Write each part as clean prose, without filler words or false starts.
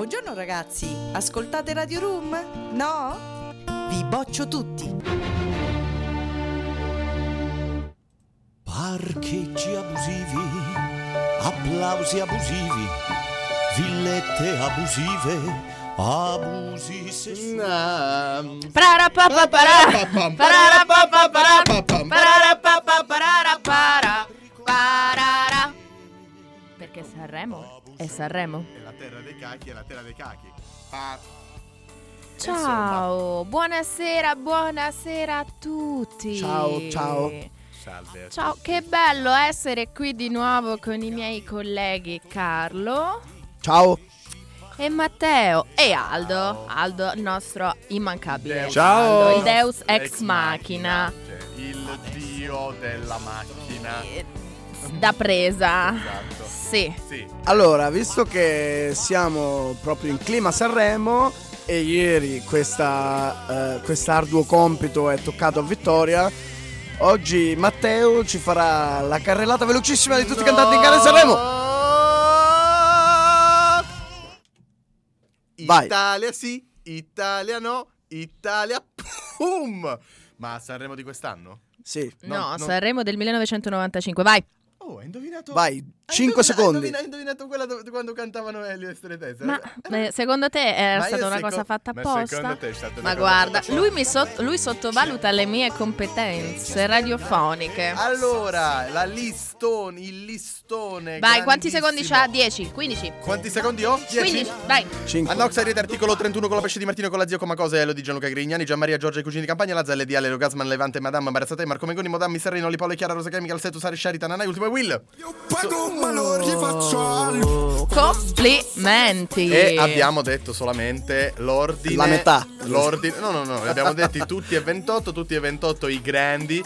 Buongiorno ragazzi, ascoltate Radio Room? No? Vi boccio tutti. Parcheggi abusivi, applausi abusivi, villette abusive, abusi sessuali. Perché Sanremo è Sanremo. E la terra dei cachi è la terra dei cachi. Ciao, buonasera a tutti. Ciao. Salve. Ciao, che bello essere qui di nuovo con i miei colleghi Carlo Ciao. e Matteo e Aldo. Aldo, il nostro immancabile. Ciao. Aldo, il Deus ex machina. Il dio della macchina. Da presa. Esatto. Sì. Allora, visto che siamo proprio in clima Sanremo e ieri quest'arduo compito è toccato a Vittoria, oggi Matteo ci farà la carrellata velocissima di tutti i cantanti in gara di Sanremo. Vai. Italia sì, Italia no, Italia pum. Ma Sanremo di quest'anno? Sì. No, Sanremo del 1995, vai. Oh, hai indovinato. Vai, 5 secondi. Hai indovinato quella quando cantavano Elio e Stretese. Ma secondo te era stata una cosa fatta apposta? Secondo te è stata Ma una cosa guarda, fatta apposta? lui sottovaluta le mie competenze radiofoniche. Allora, il listone. Vai, quanti secondi c'ha? grandissimo. 10, 15. Quanti secondi ho? 10? 15, vai. 5. Annox Rete articolo 31 con la pesce di Martino con la zio Comacosa e Elo di Gianluca Grignani, Gianmaria Giorgia i cugini di campagna, la Zelle di Ale, Gasman, Levante, Madame, Marazzate, Marco Mengoni, Modam, Serrino, Li Paolo e Chiara, Rosa Chemical, Setu, Sari, Shari, Tananai, ultimo è Will. Complimenti. E abbiamo detto solamente l'ordine. La metà. L'ordine. No, li abbiamo detti tutti e 28 i grandi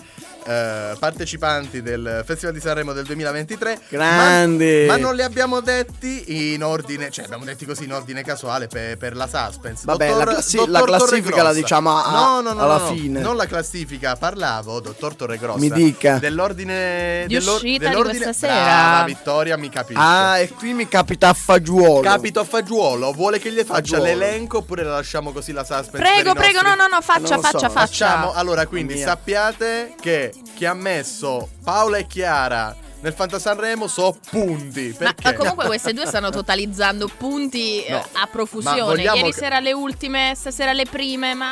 partecipanti del Festival di Sanremo del 2023. Grandi. Ma non li abbiamo detti in ordine, cioè abbiamo detti così in ordine casuale per la suspense. Vabbè, Dottor la classifica Torregrossa. la diciamo alla No, fine. non la classifica, parlavo, dottor Torregrossa. Mi dica. Dell'ordine Di uscita di questa sera. Brava, Vittoria, mi capisce. Ah, e qui mi capita a fagiolo. Capito a fagiolo, vuole che gli faccia Fagiolo. l'elenco oppure la lasciamo così la suspense? Prego, per i nostri- no, faccia, Non lo so. faccia. Facciamo, allora, quindi Mia. sappiate che chi ha messo Paola e Chiara nel Fantasanremo so punti. Ma Perché? comunque queste due stanno totalizzando punti No, a ma profusione. vogliamo Ieri che- sera le ultime, stasera le prime, ma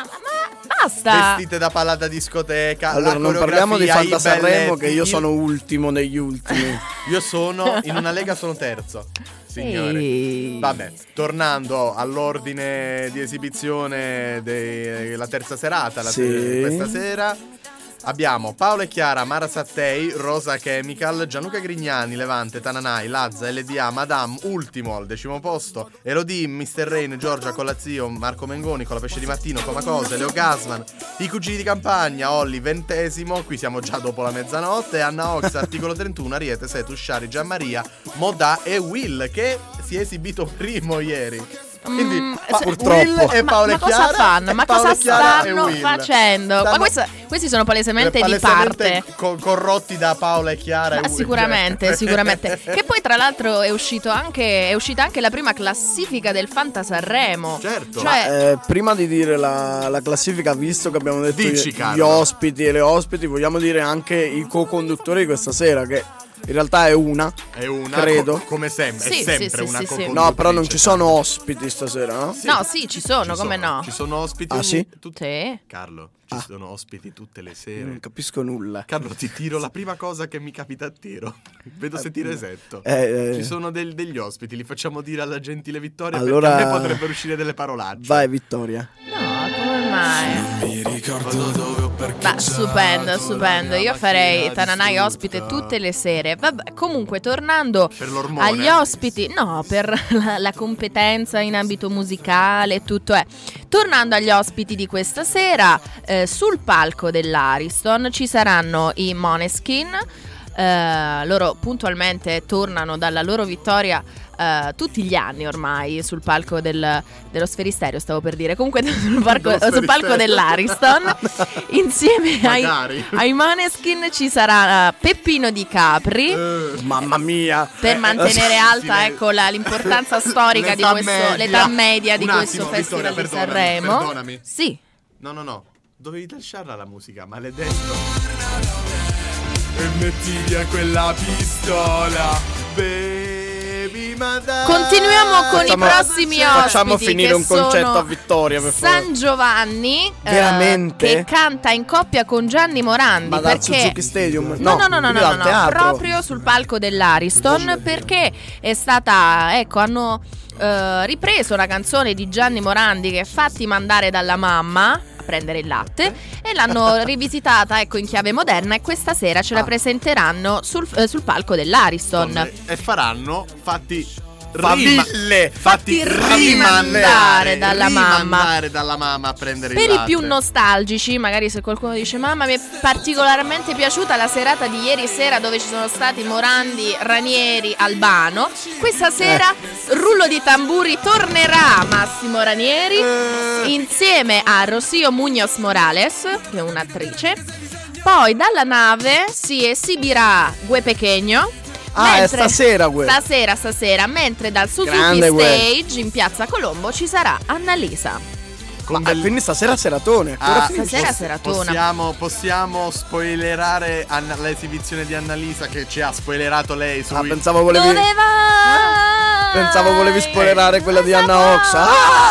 basta. Vestite da palla da discoteca. Allora, la non parliamo di coreografia, i Fantasanremo, balletti. che io sono ultimo degli ultimi. Io sono in una lega, sono terzo. Signori. Ehi. Vabbè, tornando all'ordine di esibizione della terza serata Sì. questa sera, abbiamo Paola e Chiara, Mara Sattei, Rosa Chemical, Gianluca Grignani, Levante, Tananai, Lazza, LDA, Madame, ultimo al 10° posto, Elodie, Mr. Rain, Giorgia Colazio, Marco Mengoni, con la pesce di Martino, Comacose, Leo Gasman, i cugini di campagna, Olli 20°, qui siamo già dopo la mezzanotte, Anna Ox, articolo 31, Ariete, Setu, Sciari, Gianmaria, Modà e Will, che si è esibito primo ieri. Quindi purtroppo. Will e Paola ma e Chiara. cosa fanno? e Ma Paola cosa e Chiara e stanno Will. facendo? Ma questi sono palesemente di parte. Corrotti da Paola e Chiara. Ma e Will. sicuramente. Che poi tra l'altro è uscita anche la prima classifica del Fantasanremo. Certo. Cioè, Prima di dire la classifica, visto che abbiamo detto Dici, gli Carlo. ospiti e le ospiti, vogliamo dire anche i co-conduttori di questa sera, che in realtà è una. È una, credo. come sempre, Sì, è sempre sì, una sì, sì. co-conduttrice. No, però non ci sono ospiti stasera, no? Sì. no, sì, ci sono, Ci come no? Ci sono ospiti. Ah, sì? Sì. Carlo, ci sono ospiti tutte le sere. Non capisco nulla. Carlo, ti tiro la prima cosa che mi capita a tiro. Vedo se ti resetto. Eh. Ci sono degli ospiti, li facciamo dire alla gentile Vittoria, Allora- perché a me potrebbero uscire delle parolacce. Vai, Vittoria. No, come mai? Mi ricordo dove o perché. Ma stupendo. Io farei Tananai ospite tutte le sere. Vabbè, comunque, tornando Per l'ormone. agli ospiti, no, per la competenza in ambito musicale, tutto è. Tornando agli ospiti di questa sera, sul palco dell'Ariston ci saranno i Måneskin. Loro puntualmente tornano dalla loro vittoria tutti gli anni ormai sul palco dello Sferisterio, stavo per dire, comunque sul palco dell'Ariston. Insieme ai Måneskin ci sarà Peppino Di Capri, Mamma mia. Per mantenere alta l'importanza storica di l'età media di questo festival di Sanremo. Perdonami. Sì. No. Dovevi lasciarla la musica, maledetto. E metti via quella pistola, baby, ma dai. Continuiamo con i prossimi ospiti. Facciamo finire un concetto a Vittoria, per favore. San Giovanni, veramente? Che canta in coppia con Gianni Morandi. Ma dal Suzuki Stadium? No, proprio sul palco dell'Ariston, perché è stata, hanno ripreso una canzone di Gianni Morandi che è Fatti mandare dalla mamma a prendere il latte, e l'hanno rivisitata in chiave moderna, e questa sera ce la presenteranno sul palco dell'Ariston e faranno fatti rimandare dalla mamma a prendere per il latte. I più nostalgici, magari se qualcuno dice mamma mi è particolarmente piaciuta la serata di ieri sera dove ci sono stati Morandi, Ranieri, Albano, questa sera rullo di tamburi tornerà Massimo Ranieri insieme a Rocío Muñoz Morales, che è un'attrice. Poi dalla nave si esibirà Gue Pequeño. È stasera quella. Stasera, mentre dal Suzuki Stage in Piazza Colombo ci sarà Annalisa. Quindi stasera seratone. Stasera seratona. Possiamo spoilerare l'esibizione di Annalisa, che ci ha spoilerato lei su pensavo volevi spoilerare quella di Anna Oxa.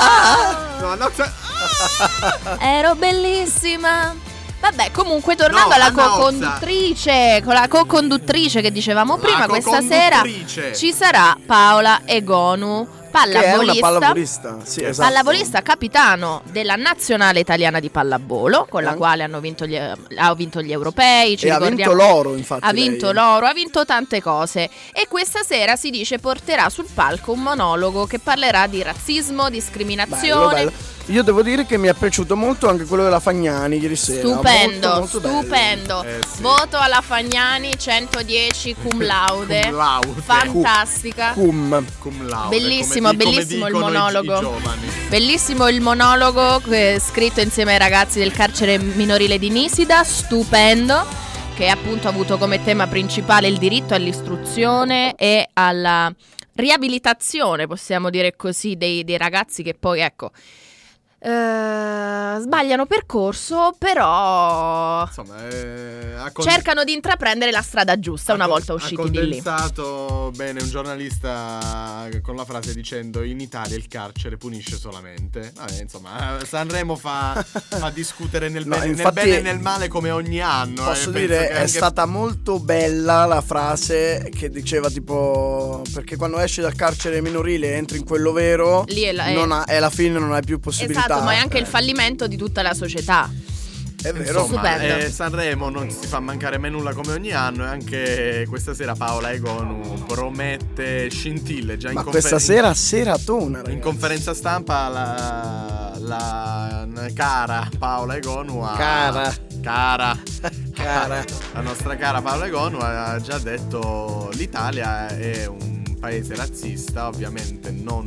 Ero bellissima. Vabbè, comunque tornando alla co-conduttrice, con la co-conduttrice che dicevamo prima, questa sera ci sarà Paola Egonu, pallavolista, pallavolista capitano della nazionale italiana di pallavolo, con la quale ha vinto gli europei, ha vinto l'oro, infatti. Ha vinto l'oro, ha vinto tante cose, e questa sera si dice porterà sul palco un monologo che parlerà di razzismo, discriminazione. Bello. Io devo dire che mi è piaciuto molto anche quello della Fagnani ieri sera. Stupendo. Sì. Voto alla Fagnani 110 cum laude. Fantastica. Cum laude. Bellissimo il monologo. Bellissimo il monologo scritto insieme ai ragazzi del carcere minorile di Nisida. Stupendo. Che appunto ha avuto come tema principale il diritto all'istruzione e alla riabilitazione, possiamo dire così, dei ragazzi che poi sbagliano percorso, però insomma, cercano di intraprendere la strada giusta una volta usciti di lì. Ha condensato bene un giornalista con la frase dicendo: in Italia il carcere punisce solamente. Insomma, Sanremo fa discutere nel bene e nel male come ogni anno. Posso dire, è stata molto bella la frase che diceva tipo: perché quando esci dal carcere minorile e entri in quello vero, lì è la fine, non hai più possibilità. Esatto, ma è anche il fallimento di tutta la società. È vero. Stupendo. Sanremo non si fa mancare mai nulla come ogni anno, e anche questa sera Paola Egonu promette scintille. Già questa sera seratona, ragazzi. In conferenza stampa la cara Paola Egonu cara la nostra cara Paola Egonu ha già detto: l'Italia è un paese razzista, ovviamente non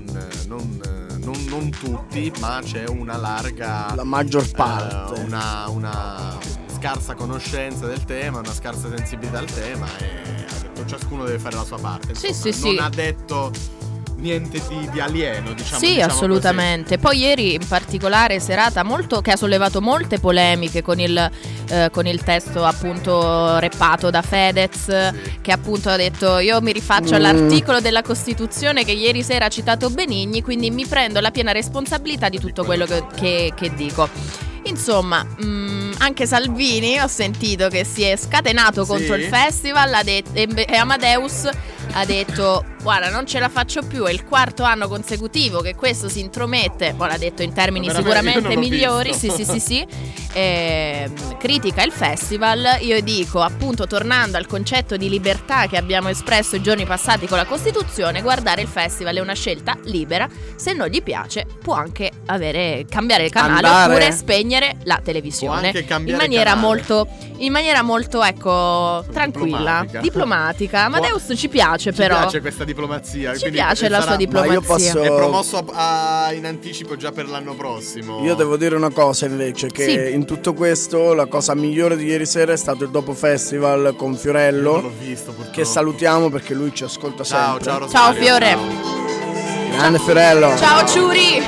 tutti, ma c'è una larga, la maggior parte, una scarsa conoscenza del tema, una scarsa sensibilità al tema, e ha detto ciascuno deve fare la sua parte. Non ha detto niente di alieno, diciamo. Sì, assolutamente. Così. Poi ieri in particolare serata molto che ha sollevato molte polemiche con il testo appunto rappato da Fedez, che appunto ha detto: io mi rifaccio all'articolo della Costituzione che ieri sera ha citato Benigni, quindi mi prendo la piena responsabilità di tutto quello che dico. Insomma, anche Salvini ho sentito che si è scatenato contro il festival, e Amadeus ha detto: guarda, non ce la faccio più, è il quarto anno consecutivo che questo si intromette. Poi l'ha detto in termini sicuramente migliori. Sì. Critica il festival. Io dico, appunto, tornando al concetto di libertà che abbiamo espresso i giorni passati con la Costituzione, guardare il festival è una scelta libera. Se non gli piace può anche cambiare il canale, oppure spegnere la televisione in maniera molto tranquilla, diplomatica. Amadeus ci piace, però. Ci piace questa diplomazia. Ci piace la sua diplomazia. È promosso in anticipo già per l'anno prossimo. Io devo dire una cosa invece, che in tutto questo la cosa migliore di ieri sera è stato il Dopo Festival con Fiorello. Non l'ho visto, purtroppo. Che salutiamo perché lui ci ascolta sempre. Ciao Rosario. Ciao Fiore. Grande Fiorello. Ciao Ciuri.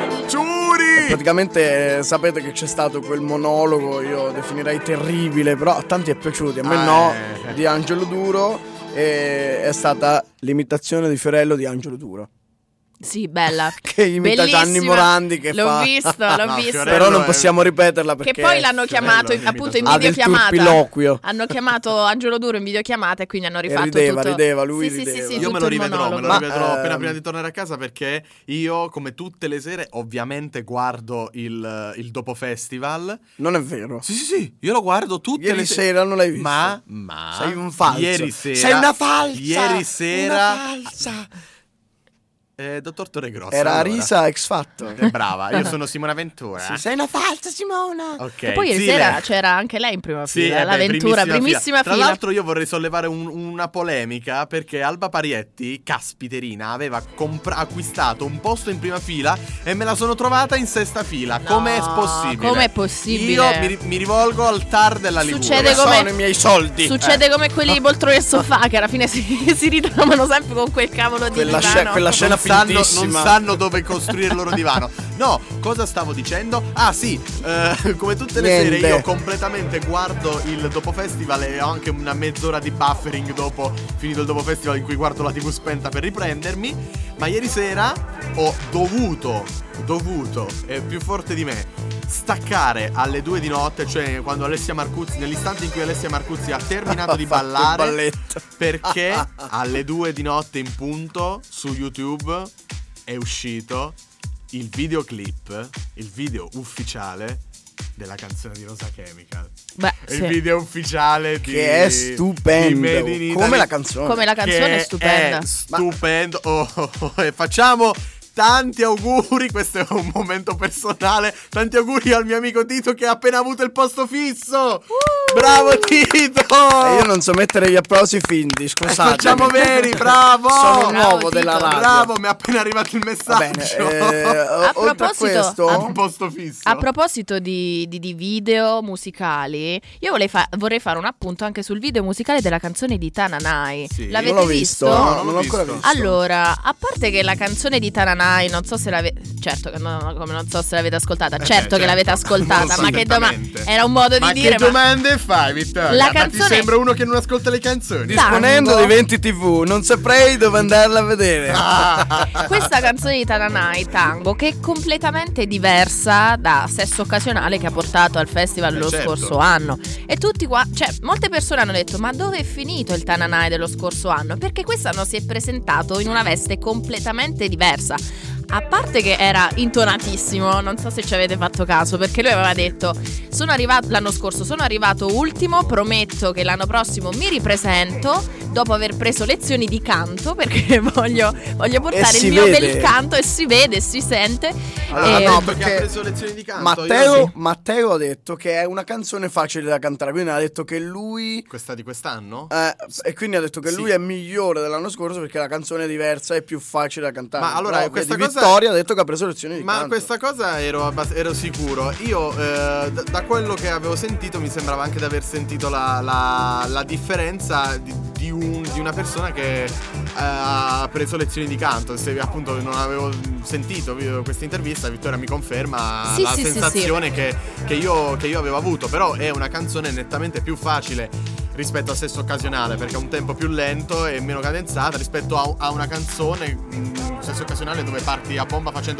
Praticamente sapete che c'è stato quel monologo, io definirei terribile, però a tanti è piaciuto, a me no, di Angelo Duro, e è stata l'imitazione di Fiorello di Angelo Duro. Sì, bella. Che imita Bellissima. Gianni Morandi che l'ho fa. visto. Però non possiamo ripeterla perché che poi l'hanno chiamato appunto in videochiamata. Hanno chiamato Angelo Duro in videochiamata e quindi hanno rifatto rideva, lui rideva. Io me lo rivedrò appena prima di tornare a casa, perché io, come tutte le sere, ovviamente guardo il Dopo Festival. Non è vero. Sì, io lo guardo tutte le sera non l'hai visto. Ma sei un falso. Ieri sera. Sei una falsa. Ieri sera. Una falsa. Dottor Torregrossa. Era Arisa X Factor. Brava, io sono Simona Ventura. Sì, sei una falsa Simona. Ok. E poi ieri sera c'era anche lei in prima fila, la Ventura, primissima fila. Tra l'altro io vorrei sollevare una polemica, perché Alba Parietti, caspiterina, aveva acquistato un posto in prima fila e me la sono trovata in sesta fila. Com'è possibile? Com'è possibile? Io mi rivolgo al TAR della Liguria. Sono i miei soldi. Succede come quelli di poltrone e sofà, che alla fine si ritrovano sempre con quel cavolo di divano. Quella scena non sanno dove costruire il loro divano. No, cosa stavo dicendo? Ah sì, come tutte le sere io completamente guardo il Dopo Festival e ho anche una mezz'ora di buffering dopo finito il Dopo Festival, in cui guardo la TV spenta per riprendermi. Ma ieri sera ho dovuto, è più forte di me, staccare alle 2 di notte, cioè quando Alessia Marcuzzi, nell'istante in cui Alessia Marcuzzi ha terminato di ballare, perché alle 2 di notte in punto su YouTube è uscito il videoclip, il video ufficiale della canzone di Rosa Chemical. Il video ufficiale che è stupendo, come la canzone. Come la canzone è stupenda. È stupendo. E facciamo tanti auguri, questo è un momento personale, tanti auguri al mio amico Tito che ha appena avuto il posto fisso. Bravo Tito! Io non so mettere gli applausi finti, scusate. Facciamo veri, bravo! Sono nuovo della radio. Bravo, mi è appena arrivato il messaggio. A proposito, posto fisso. A proposito di video musicali, io vorrei fare un appunto anche sul video musicale della canzone di Tananai. Sì, l'avete non l'ho visto? No, non l'ho ancora visto. Allora, a parte che la canzone di Tananai, non so se l'avete, certo che come non so se l'avete ascoltata, certo che l'avete ascoltata, ma che domanda, era un modo di dire. Ma che domande fai, Vittoria? La canzone... Ti sembra uno che non ascolta le canzoni? Disponendo di 20 TV, non saprei dove andarla a vedere. Questa canzone di Tananai, Tango, che è completamente diversa da Sesso Occasionale, che ha portato al festival lo scorso anno. E tutti qua, cioè molte persone hanno detto: ma dove è finito il Tananai dello scorso anno? Perché quest'anno si è presentato in una veste completamente diversa. A parte che era intonatissimo, non so se ci avete fatto caso, perché lui aveva detto: sono arrivato l'anno scorso, sono arrivato ultimo, prometto che l'anno prossimo mi ripresento dopo aver preso lezioni di canto, perché voglio portare il mio bel canto, e si vede, si sente. No, perché ha preso lezioni di canto. Matteo ha detto che è una canzone facile da cantare, quindi ha detto che lui questa di quest'anno? E quindi ha detto che lui è migliore dell'anno scorso perché la canzone è diversa e più facile da cantare. Ma allora questa cosa Vittoria ha detto che ha preso lezioni di canto. Ma questa cosa ero sicuro. Io da quello che avevo sentito mi sembrava anche di aver sentito la differenza di una persona che ha preso lezioni di canto. Se appunto non avevo sentito questa intervista, Vittoria mi conferma la sensazione che io avevo avuto. Però è una canzone nettamente più facile rispetto a Sesso Occasionale, perché ha un tempo più lento e meno cadenzata rispetto a una canzone Sesso Occasionale dove parti a bomba facendo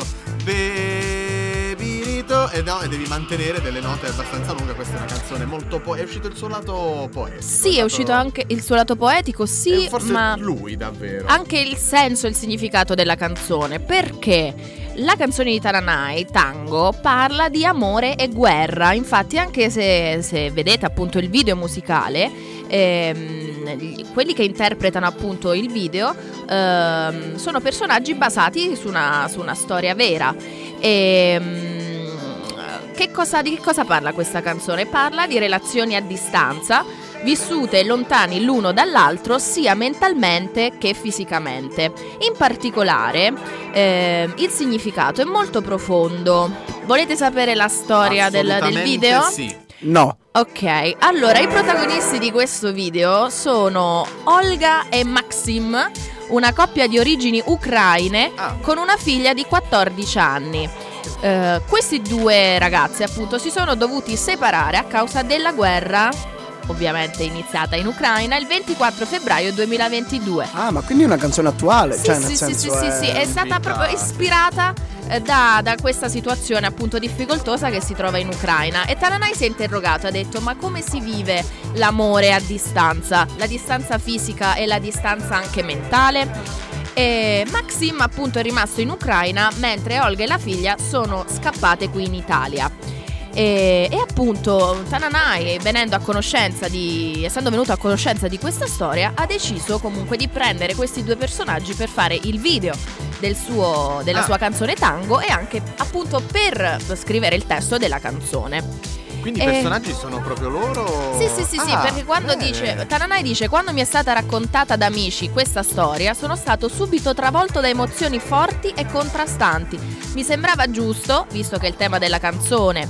bebinito e devi mantenere delle note abbastanza lunghe. Questa è una canzone molto è uscito il suo lato poetico. Sì, è uscito anche il suo lato poetico, sì, forse ma lui davvero anche il senso e il significato della canzone, perché la canzone di Tananai, Tango, parla di amore e guerra. Infatti, anche se vedete appunto il video musicale, quelli che interpretano appunto il video sono personaggi basati su una storia vera. Di che cosa parla questa canzone? Parla di relazioni a distanza, vissute lontani l'uno dall'altro sia mentalmente che fisicamente. In particolare il significato è molto profondo. Volete sapere la storia del video? Sì. No. Ok, allora i protagonisti di questo video sono Olga e Maxim, una coppia di origini ucraine con una figlia di 14 anni. Questi due ragazzi appunto si sono dovuti separare a causa della guerra, ovviamente iniziata in Ucraina il 24 febbraio 2022. Ah, ma quindi è una canzone attuale? Sì, cioè, sì, nel senso sì, è stata proprio ispirata da questa situazione appunto difficoltosa che si trova in Ucraina. E Tananai si è interrogato, ha detto: ma come si vive l'amore a distanza? La distanza fisica e la distanza anche mentale? E Maxim appunto è rimasto in Ucraina mentre Olga e la figlia sono scappate qui in Italia. E appunto Tananai, essendo venuto a conoscenza di questa storia, ha deciso comunque di prendere questi due personaggi per fare il video della sua canzone Tango e anche appunto per scrivere il testo della canzone. Quindi i personaggi sono proprio loro? Sì, perché quando Tananai dice: quando mi è stata raccontata da amici questa storia, sono stato subito travolto da emozioni forti e contrastanti. Mi sembrava giusto, visto che il tema della canzone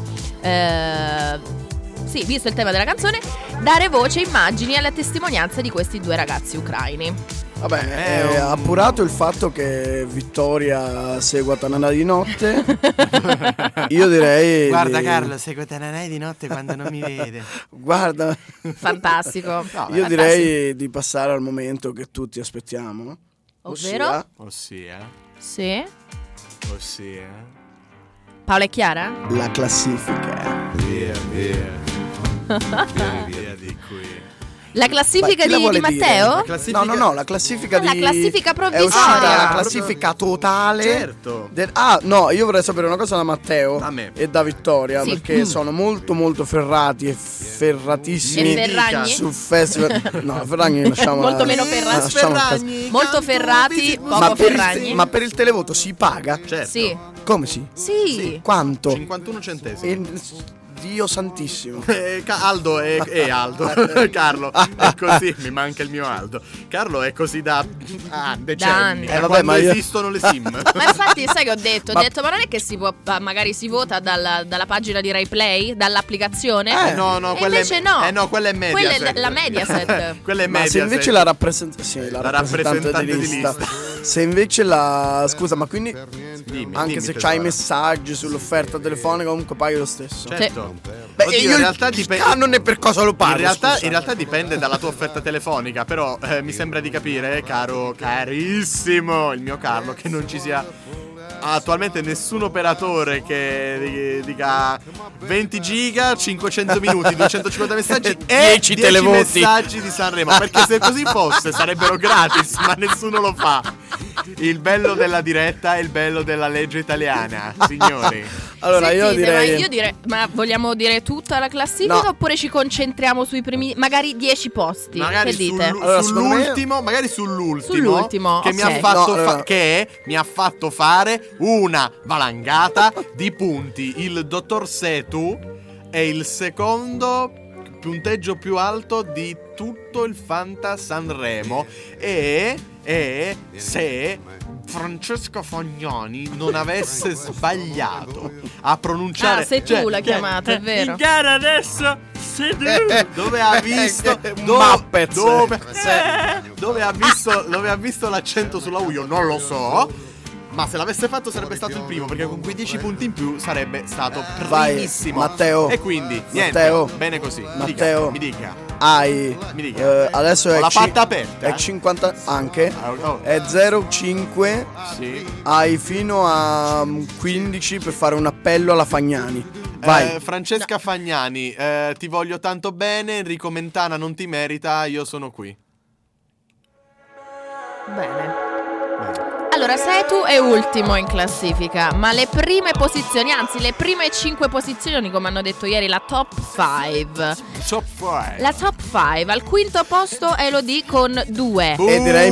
dare voce e immagini alla testimonianza di questi due ragazzi ucraini. Vabbè, è appurato il fatto che Vittoria segua Tananai di notte. Io direi... Guarda Carlo, seguo Tananai di notte quando non mi vede. Guarda. Fantastico. Io direi di passare al momento che tutti aspettiamo. Ovvero? Ossia? Sì. Ossia? Paola e Chiara? La classifica. Via di qui. La classifica di Matteo? No, la classifica La classifica provvisoria. È uscita la classifica totale. Certo. No, io vorrei sapere una cosa da Matteo e da Vittoria, sì, perché sono molto molto ferrati e ferratissimi sul festival. No, Ferragni lasciamo. Molto meno ferrati. Molto ferrati, poco Ferragni. Ma per il televoto si paga? Certo. Sì. Come sì? Sì. Quanto? 51 centesimi. Dio santissimo. Aldo è Aldo. Carlo è così, mi manca il mio Aldo. Carlo è così da decenni. Ma esistono le SIM. Ma infatti sai che ho detto? Ma non è che si può, magari si vota dalla pagina di Rai Play, dall'applicazione? No, quella invece no. No, quella è Mediaset. Quella è la Mediaset. Quella è Mediaset. Ma se invece la rappresentante di lista. Se invece scusa, ma quindi anche se c'hai messaggi sull'offerta telefonica comunque paghi lo stesso. Certo. Beh, in realtà dipende per cosa lo paghi. In realtà dipende dalla tua offerta telefonica. Però mi sembra di capire, carissimo il mio Carlo, che non ci sia attualmente nessun operatore che dica 20 giga, 500 minuti, 250 messaggi e 10 messaggi di Sanremo. Perché se così fosse sarebbero gratis, ma nessuno lo fa. Il bello della diretta è il bello della legge italiana, signori. Allora io direi ma vogliamo dire tutta la classifica oppure ci concentriamo sui primi magari 10 posti? Magari che dite? sull'ultimo che mi ha fatto fare una valangata di punti. Il dottor Setu è il secondo punteggio più alto di tutto il Fanta Sanremo e se Francesca Fagnani non avesse sbagliato a pronunciare... sei tu l'ha chiamata, è vero. In gara adesso dove ha visto dove ha visto l'accento sulla U, io non lo so. Ma se l'avesse fatto sarebbe stato il primo, perché con quei 10 punti in più sarebbe stato primissimo. Vai, Matteo. E quindi niente, bene così. Matteo, mi dica. Adesso è la patta aperta. È 50 anche. È 0,5. Sì. Hai fino a 15 per fare un appello alla Fagnani. Vai. Francesca Fagnani, ti voglio tanto bene. Enrico Mentana non ti merita. Io sono qui. Bene. Allora, Setu è ultimo in classifica, ma le prime posizioni, anzi le prime 5 posizioni, come hanno detto ieri, la top 5. La top 5, al quinto posto Elodie con 2. E direi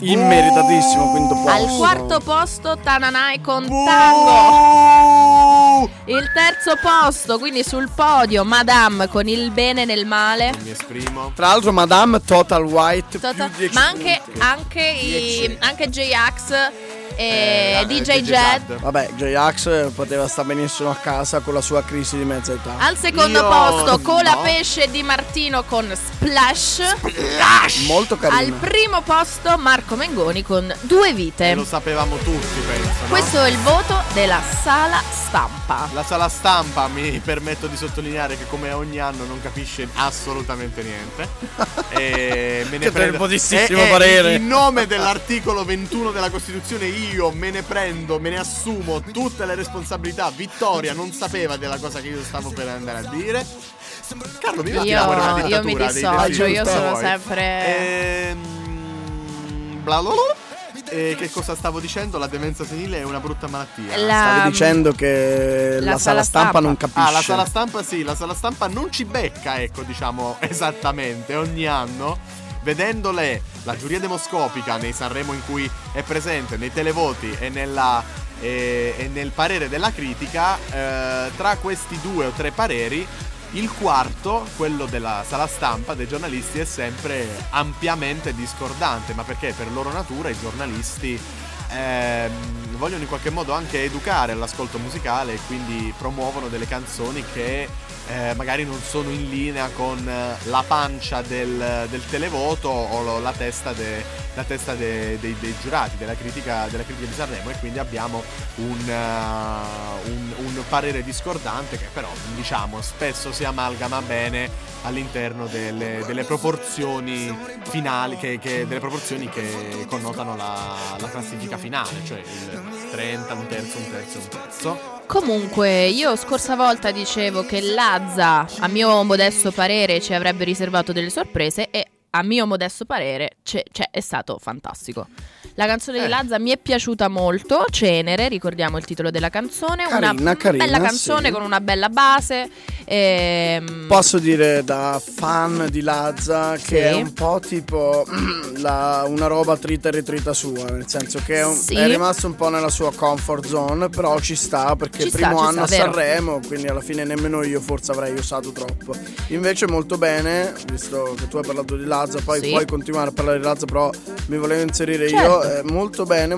immeritatissimo quinto posto. Al quarto posto Tananai con Tango. Il terzo posto, quindi sul podio, Madame con Il bene nel male. Mi esprimo. Tra l'altro Madame Total White, ma anche J-Ax e DJ Jed. Vabbè, J-Ax poteva stare benissimo a casa con la sua crisi di mezza età. Al secondo posto Cola Pesce Di Martino con Splash. Molto carino. Al primo posto Marco Mengoni con Due vite. E lo sapevamo tutti, penso, no? Questo è il voto della sala stampa. La sala stampa, mi permetto di sottolineare che come ogni anno non capisce assolutamente niente. E me ne prendo modestissimo parere. In nome dell'articolo 21 della Costituzione io me ne assumo tutte le responsabilità. Vittoria non sapeva della cosa che io stavo per andare a dire. Carlo, mi va a tirare fuori una dittatura. Io mi dissocio, io sono sempre bla bla bla. E che cosa stavo dicendo? La demenza senile è una brutta malattia. Stavi dicendo che la sala stampa non capisce. La sala stampa sì, la sala stampa non ci becca, ecco, diciamo, esattamente ogni anno. Vedendole, la giuria demoscopica nei Sanremo in cui è presente, nei televoti e nel parere della critica, tra questi 2 o 3 pareri, il quarto, quello della sala stampa dei giornalisti, è sempre ampiamente discordante. Ma perché per loro natura i giornalisti vogliono in qualche modo anche educare all'ascolto musicale e quindi promuovono delle canzoni che magari non sono in linea con la pancia del televoto o la testa dei giurati, della critica di Sanremo, e quindi abbiamo un parere discordante che però, diciamo, spesso si amalgama bene all'interno delle proporzioni finali delle proporzioni che connotano la classifica finale, cioè il 30, un terzo, un terzo, un terzo. Comunque, io scorsa volta dicevo che Lazza, a mio modesto parere, ci avrebbe riservato delle sorprese, e a mio modesto parere è stato fantastico. La canzone di Lazza mi è piaciuta molto, Cenere, ricordiamo il titolo della canzone, carina, una bella canzone, sì, con una bella base. Posso dire da fan di Lazza che è un po' tipo una roba trita e ritrita sua, nel senso che è rimasto un po' nella sua comfort zone, però ci sta perché primo anno a Sanremo, quindi alla fine nemmeno io forse avrei usato troppo. Invece molto bene, visto che tu hai parlato di Lazza, poi puoi continuare a parlare di Lazza, però mi volevo inserire io. Molto bene,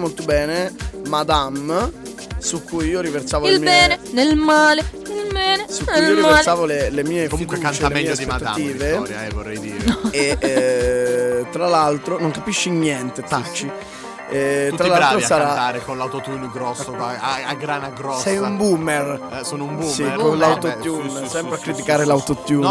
Madame, su cui io riversavo il bene nel male, il bene su cui io riversavo le mie comunque fiducie, canta le mie meglio di Madame Vittoria, vorrei dire. E tra l'altro non capisci niente, taci. Tutti tra l'altro bravi a cantare con l'autotune grosso, a grana grossa. Sei un boomer. Sono un boomer. Sì, con l'autotune, sempre a criticare l'autotune.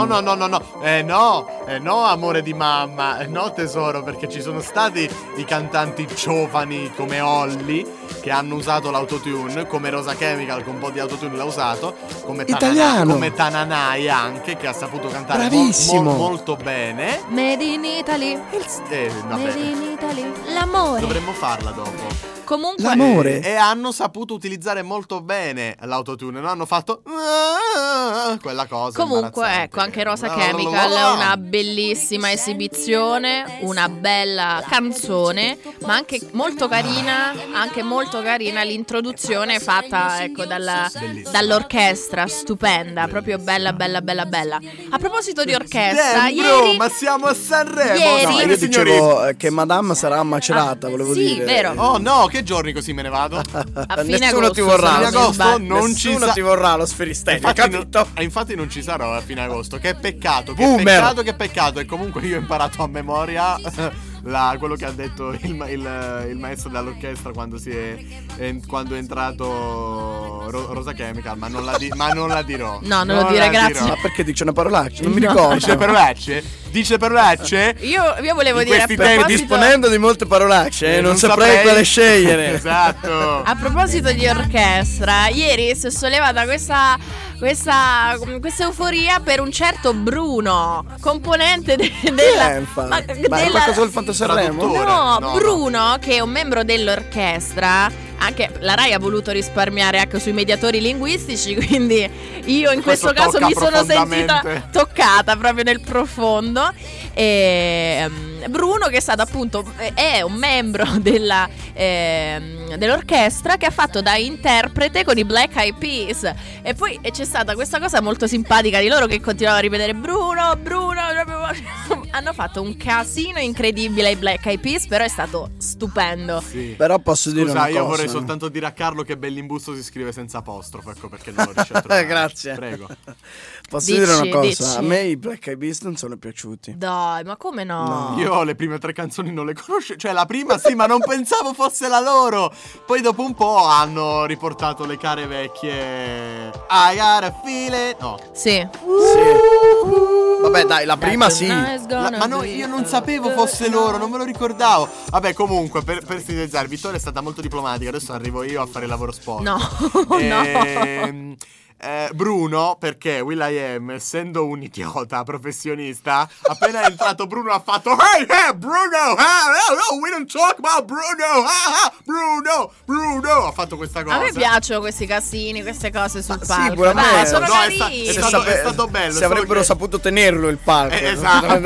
No, amore di mamma. No, tesoro, perché ci sono stati i cantanti giovani come Olly che hanno usato l'autotune, come Rosa Chemical con un po' di autotune l'ha usato, come Tananai anche, che ha saputo cantare molto bene. Made in Italy. Made in Italy. L'amore. Dovremmo farla dopo. Comunque l'amore. E hanno saputo utilizzare molto bene l'autotune, no? Hanno fatto quella cosa. Comunque ecco, anche Rosa Chemical è una bellissima esibizione, una bella canzone, ma anche molto carina l'introduzione fatta, ecco, dall'orchestra, stupenda, proprio bella. A proposito di orchestra, ieri, ma siamo a Sanremo. Io dicevo che Madame sarà macerata, volevo dire. Sì, vero. Oh no, che giorni così me ne vado? A fine nessuno agosto, ti vorrà. A fine agosto non nessuno ti vorrà lo sferistello, capito? Infatti non ci sarò a fine agosto. Che peccato, che peccato. E comunque io ho imparato a memoria quello che ha detto il maestro dell'orchestra quando è entrato Rosa Chemical, ma non la dirò. No, non lo dire, grazie. Ma perché dice una parolaccia? Non mi ricordo. Dice parolacce? Io volevo dire, a proposito, disponendo di molte parolacce, non saprei quale scegliere. Esatto. A proposito di orchestra, ieri si è sollevata questa euforia per un certo Bruno, componente della ma è qualcosa del Fantasanremo? No, Bruno, che è un membro dell'orchestra. Anche la Rai ha voluto risparmiare anche sui mediatori linguistici, quindi io in questo caso mi sono sentita toccata proprio nel profondo. E Bruno, che è stato appunto è un membro dell'orchestra, che ha fatto da interprete con i Black Eyed Peas. E poi c'è stata questa cosa molto simpatica di loro che continuavano a ripetere Bruno, Bruno. Hanno fatto un casino incredibile ai Black Eyed Peas, però è stato stupendo. Sì. Però posso dire una cosa. Io vorrei soltanto dire a Carlo che Bellimbusto si scrive senza apostrofo, ecco perché non lo riesce a trovare. Grazie. Prego. Posso dire una cosa? A me i Black Eyed Peas non sono piaciuti. Dai, ma come no? Io le prime 3 canzoni non le conoscevo. Cioè la prima sì, ma non pensavo fosse la loro. Poi dopo un po' hanno riportato le care vecchie I got a feeling. No. Sì. Vabbè dai, la prima sì. Ma no, io non sapevo fosse loro, non me lo ricordavo. Vabbè, comunque, per sintetizzare, Vittoria è stata molto diplomatica. Adesso arrivo io a fare il lavoro sporco. No. No. Bruno, perché Will.i.am, essendo un idiota professionista, appena è entrato Bruno ha fatto hey Bruno, we don't talk about Bruno, ha fatto questa cosa. A me piacciono questi casini, queste cose sul palco. Sì, pure a me. Dai, sono No, carini. è stato bello. Se avrebbero saputo tenerlo il palco. Esatto,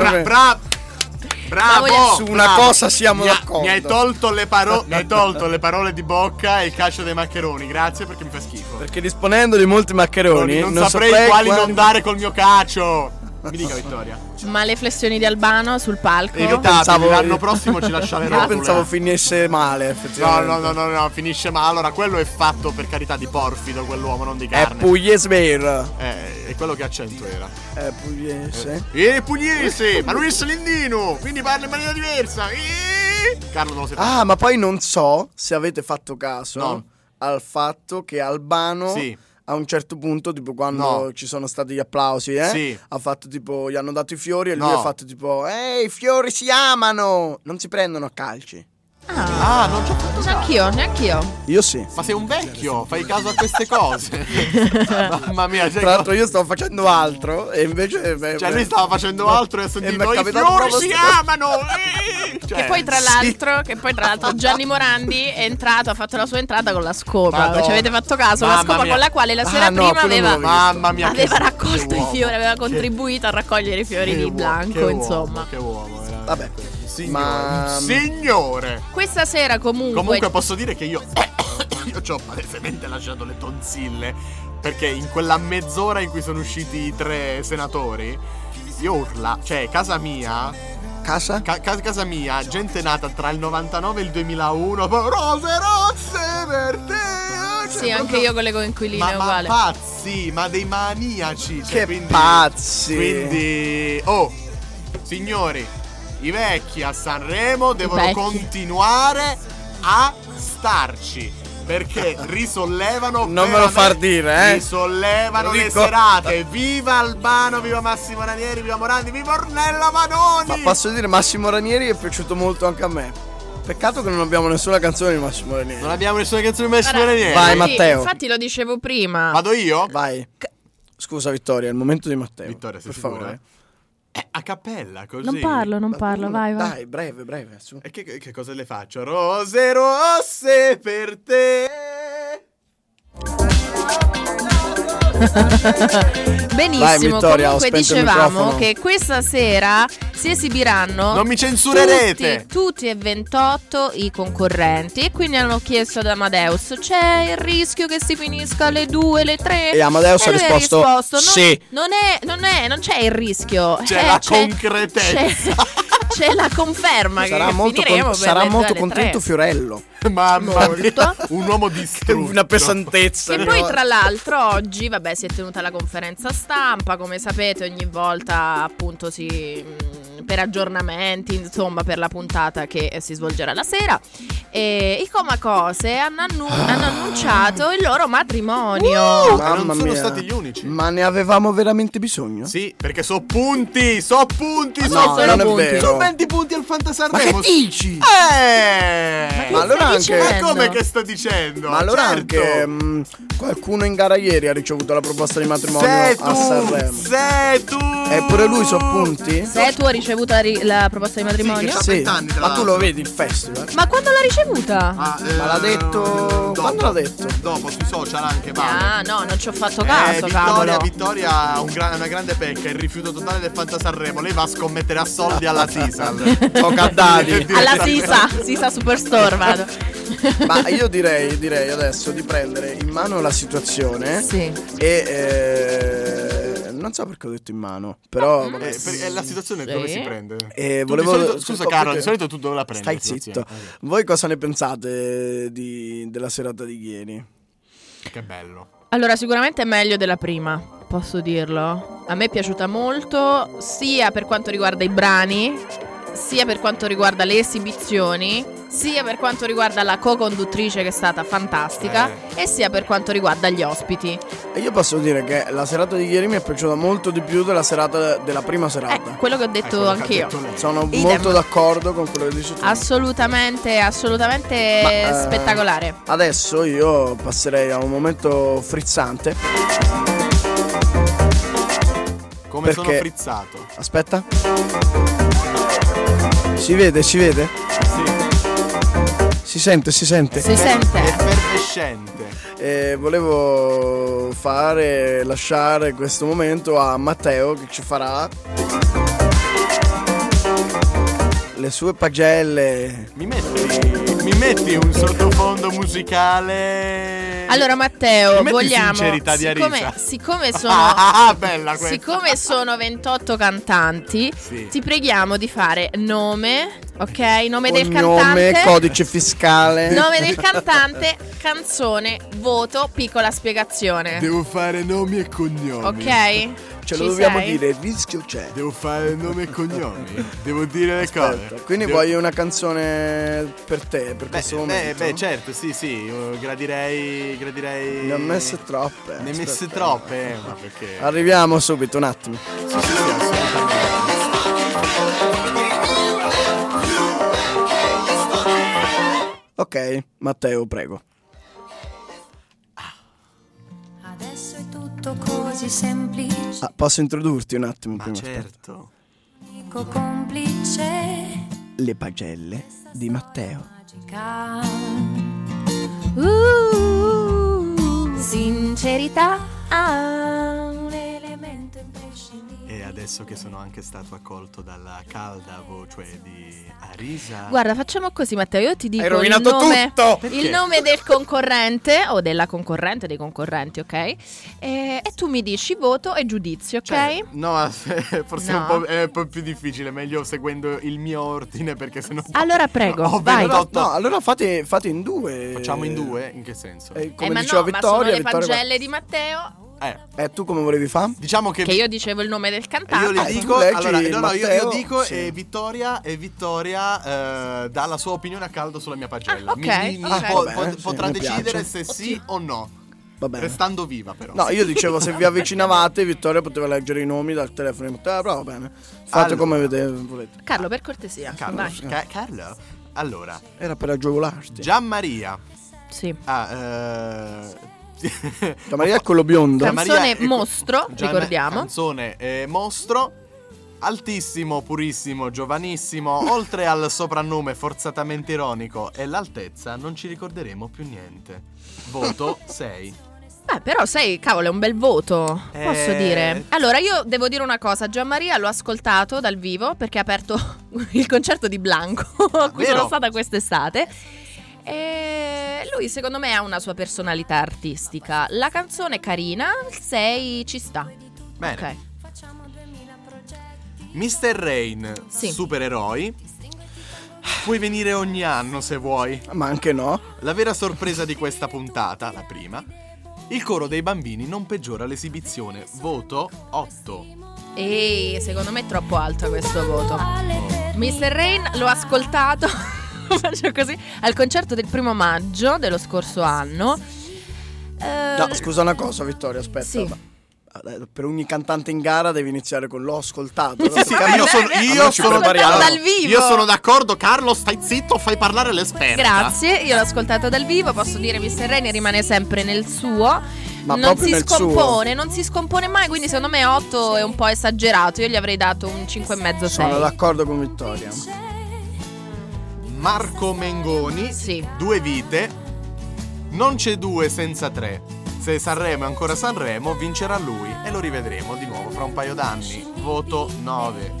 bravo. Su una cosa siamo d'accordo. Mi hai tolto le parole di bocca e il calcio dei maccheroni. Grazie, perché mi fa schifo. Perché disponendo di molti maccheroni non saprei quali non dare col mio calcio. Mi dica, Vittoria. Ma le flessioni di Albano sul palco? L'anno prossimo ci lascia le Io rotule. pensavo finisse male, effettivamente. No, finisce male. Allora, quello è fatto per carità di porfido, quell'uomo, non di carne. È pugliese. È quello che accento era. È pugliese. È pugliese, ma lui è salentino, quindi parla in maniera diversa. Carlo non lo sa. Ma poi non so se avete fatto caso No. al fatto che Albano a un certo punto, tipo quando ci sono stati gli applausi, ha fatto tipo, gli hanno dato i fiori e lui ha fatto tipo i fiori si amano, non si prendono a calci. Non ci ho fatto Neanch'io. Io sì. Ma sei un vecchio, fai caso a queste cose. Mamma mia, Tra l'altro io stavo facendo altro e invece lui stava facendo altro e ha sentito i fiori si amano. Che poi tra l'altro Gianni Morandi è entrato, ha fatto la sua entrata con la scopa. Madonna. Ci avete fatto caso? La scopa con la quale la sera prima aveva raccolto i fiori, aveva contribuito a raccogliere i fiori di Blanco, insomma. Che uomo, veramente. Vabbè. Signore. Questa sera comunque posso dire che io ci ho palesemente lasciato le tonsille, perché in quella mezz'ora in cui sono usciti i 3 senatori io urla, cioè casa mia, gente nata tra il 99 e il 2001, rose rosse per te. Sì, anche io con le coinquiline è uguale. Ma pazzi, ma dei maniaci, che pazzi. Quindi signori, i vecchi a Sanremo devono continuare a starci, perché risollevano. Non me lo far dire, Risollevano le serate. Viva Albano, viva Massimo Ranieri, viva Morandi, viva Ornella Vanoni. Ma posso dire, Massimo Ranieri è piaciuto molto anche a me. Peccato che non abbiamo nessuna canzone di Massimo Ranieri. Non abbiamo nessuna canzone di Massimo Ranieri. Vai Matteo. Infatti lo dicevo prima. Vado io? Vai. Scusa Vittoria, è il momento di Matteo. Vittoria, sei per sicura? favore. A cappella, così. Non parlo, vai. Dai, breve, su. E che cosa le faccio? Rose rosse per te. Benissimo. Vai, Vittoria, comunque dicevamo che questa sera si esibiranno. Non mi censurerete. Tutti e 28 i concorrenti. E quindi hanno chiesto ad Amadeus: c'è il rischio che si finisca alle 2, alle 3? E Amadeus ha risposto sì. Non c'è il rischio. C'è la concretezza. C'è la conferma sarà molto contento Fiorello. Mamma mia, un uomo distrutto. Una pesantezza. E poi tra l'altro oggi si è tenuta la conferenza stampa, come sapete ogni volta appunto per aggiornamenti, insomma, per la puntata che si svolgerà la sera. E i Comacose hanno annunciato il loro matrimonio. Non sono stati gli unici. Ma ne avevamo veramente bisogno? Sì, perché so punti. No, non è vero. Sono 20 punti al Fantasarremo. Ma che dici? Ma Ma allora anche Ma come che sto dicendo? Ma allora certo. anche qualcuno in gara ieri ha ricevuto la proposta di matrimonio a Sanremo. Sei tu. E pure lui so punti? Se tu hai ricevuto la proposta di matrimonio? Sì, Sì. 20 anni, tra Ma tu l'altro. lo vedi il festival? Ma quando l'ha ricevuta? Ma l'ha detto. dopo. Quando l'ha detto? Dopo sui social anche vale. Ah, no, non ci ho fatto caso, cavolo. Vittoria ha una grande pecca, il rifiuto totale del Fanta Sanremo. Lei va a scommettere a soldi alla Sisal. O Caddadi. Alla Sisa Superstore vado. Ma io direi adesso di prendere in mano la situazione. Sì. E non so perché ho detto in mano, però La situazione dove si prende? volevo Scusa Carlo, di solito tu dove la prendi? Stai zitto. Voi cosa ne pensate della serata di ieri? Che bello. Allora, sicuramente è meglio della prima, posso dirlo. A me è piaciuta molto, sia per quanto riguarda i brani, sia per quanto riguarda le esibizioni, sia per quanto riguarda la co-conduttrice, che è stata fantastica, e sia per quanto riguarda gli ospiti. E io posso dire che la serata di ieri mi è piaciuta molto di più della serata della prima serata. Quello che ho detto quello che ha anch'io. detto lei. Sono Idem. molto d'accordo con quello che dici tu. Assolutamente spettacolare. Adesso io passerei a un momento frizzante. Come sono Perché- frizzato. Aspetta. Si vede? Sì. Si sente? Si sente. Effervescente. Volevo lasciare questo momento a Matteo, che ci farà le sue pagelle. Mi metti un sottofondo musicale. Allora Matteo, Mi metti vogliamo sincerità di Arisa? siccome sono bella questa. Siccome sono 28 cantanti, Sì. ti preghiamo di fare nome, ok? Nome del Cognome, cantante, codice fiscale. nome del cantante, canzone, voto, piccola spiegazione. Devo fare nomi e cognomi. Ok? Ce Ci lo dobbiamo sei? dire, il rischio c'è. Devo fare nome e cognomi. Devo dire le Aspetta, cose. quindi voglio una canzone per te, per questo momento. Certo, sì, gradirei. Ne ho messe troppe. Ne hai messe aspetta. troppe, ma perché? Arriviamo subito, un attimo. Sì, assolutamente. Ok, Matteo, prego. Adesso è tutto così semplice, Posso introdurti un attimo Ma prima? Aspetta. certo. amico complice, Le pagelle di Matteo. magica. Sincerità. Un elemento imprescindibile. E adesso che sono anche stato accolto dalla calda voce di Arisa. Guarda, facciamo così Matteo, io ti dico Hai rovinato il nome, tutto! Perché? il nome del concorrente o della concorrente, dei concorrenti, ok? E tu mi dici voto e giudizio, ok? Cioè, no, forse No. è un po' più difficile, meglio seguendo il mio ordine perché sennò. Allora prego, Ho vai. venuto- No, allora fate in due. Facciamo in due? In che senso? Come ma diceva no, ma sono Vittoria, le Vittoria. pagelle di Matteo Tu come volevi fare? Diciamo che che io dicevo il nome del cantante. io le tu dico, leggi allora, io Matteo, dico sì. e Vittoria dà la sua opinione a caldo sulla mia pagella. Ah, ok, ok. Po- Va po- bene, sì, potrà mi decidere piace. se sì o no, Va bene. restando viva però. No, io dicevo se vi avvicinavate, Vittoria poteva leggere i nomi dal telefono di Matteo. Però va bene. Fate Allora. come volete. Carlo, per cortesia. Carlo, Vai. Carlo? Allora, Era per agiolarti. Gianmaria. Sì. Maria è quello biondo. Canzone Mostro, ricordiamo. Canzone Mostro. Altissimo, purissimo, giovanissimo. Oltre al soprannome forzatamente ironico e l'altezza, non ci ricorderemo più niente. Voto 6. Però sai, cavolo, è un bel voto, posso Eh. dire. Allora, io devo dire una cosa. Gianmaria l'ho ascoltato dal vivo perché ha aperto il concerto di Blanco a cui vero? sono stata quest'estate. E lui secondo me ha una sua personalità artistica. La canzone è carina, il 6 ci sta. Bene. Ok. Mr. Rain, Sì. supereroi. Puoi venire ogni anno se vuoi. Ma anche no. La vera sorpresa di questa puntata, la prima. Il coro dei bambini non peggiora l'esibizione. Voto 8. E secondo me è troppo alto questo voto. Mr. Rain l'ho ascoltato faccio così al concerto del 1° maggio dello scorso anno. No, scusa una cosa, Vittoria, aspetta. Sì. per ogni cantante in gara devi iniziare con l'ho ascoltato. No? Sì, io sono d'accordo. Carlo, stai zitto, fai parlare l'esperta. Grazie, io l'ho ascoltato dal vivo. Posso dire Mr. Rain rimane sempre nel suo. Ma non si scompone mai, quindi secondo me 8 è un po' esagerato. Io gli avrei dato un 5,5-6. Sono d'accordo con Vittoria. Marco Mengoni, 2 vite. Non c'è 2 senza 3. Se Sanremo è ancora Sanremo, vincerà lui e lo rivedremo di nuovo fra un paio d'anni. Voto 9.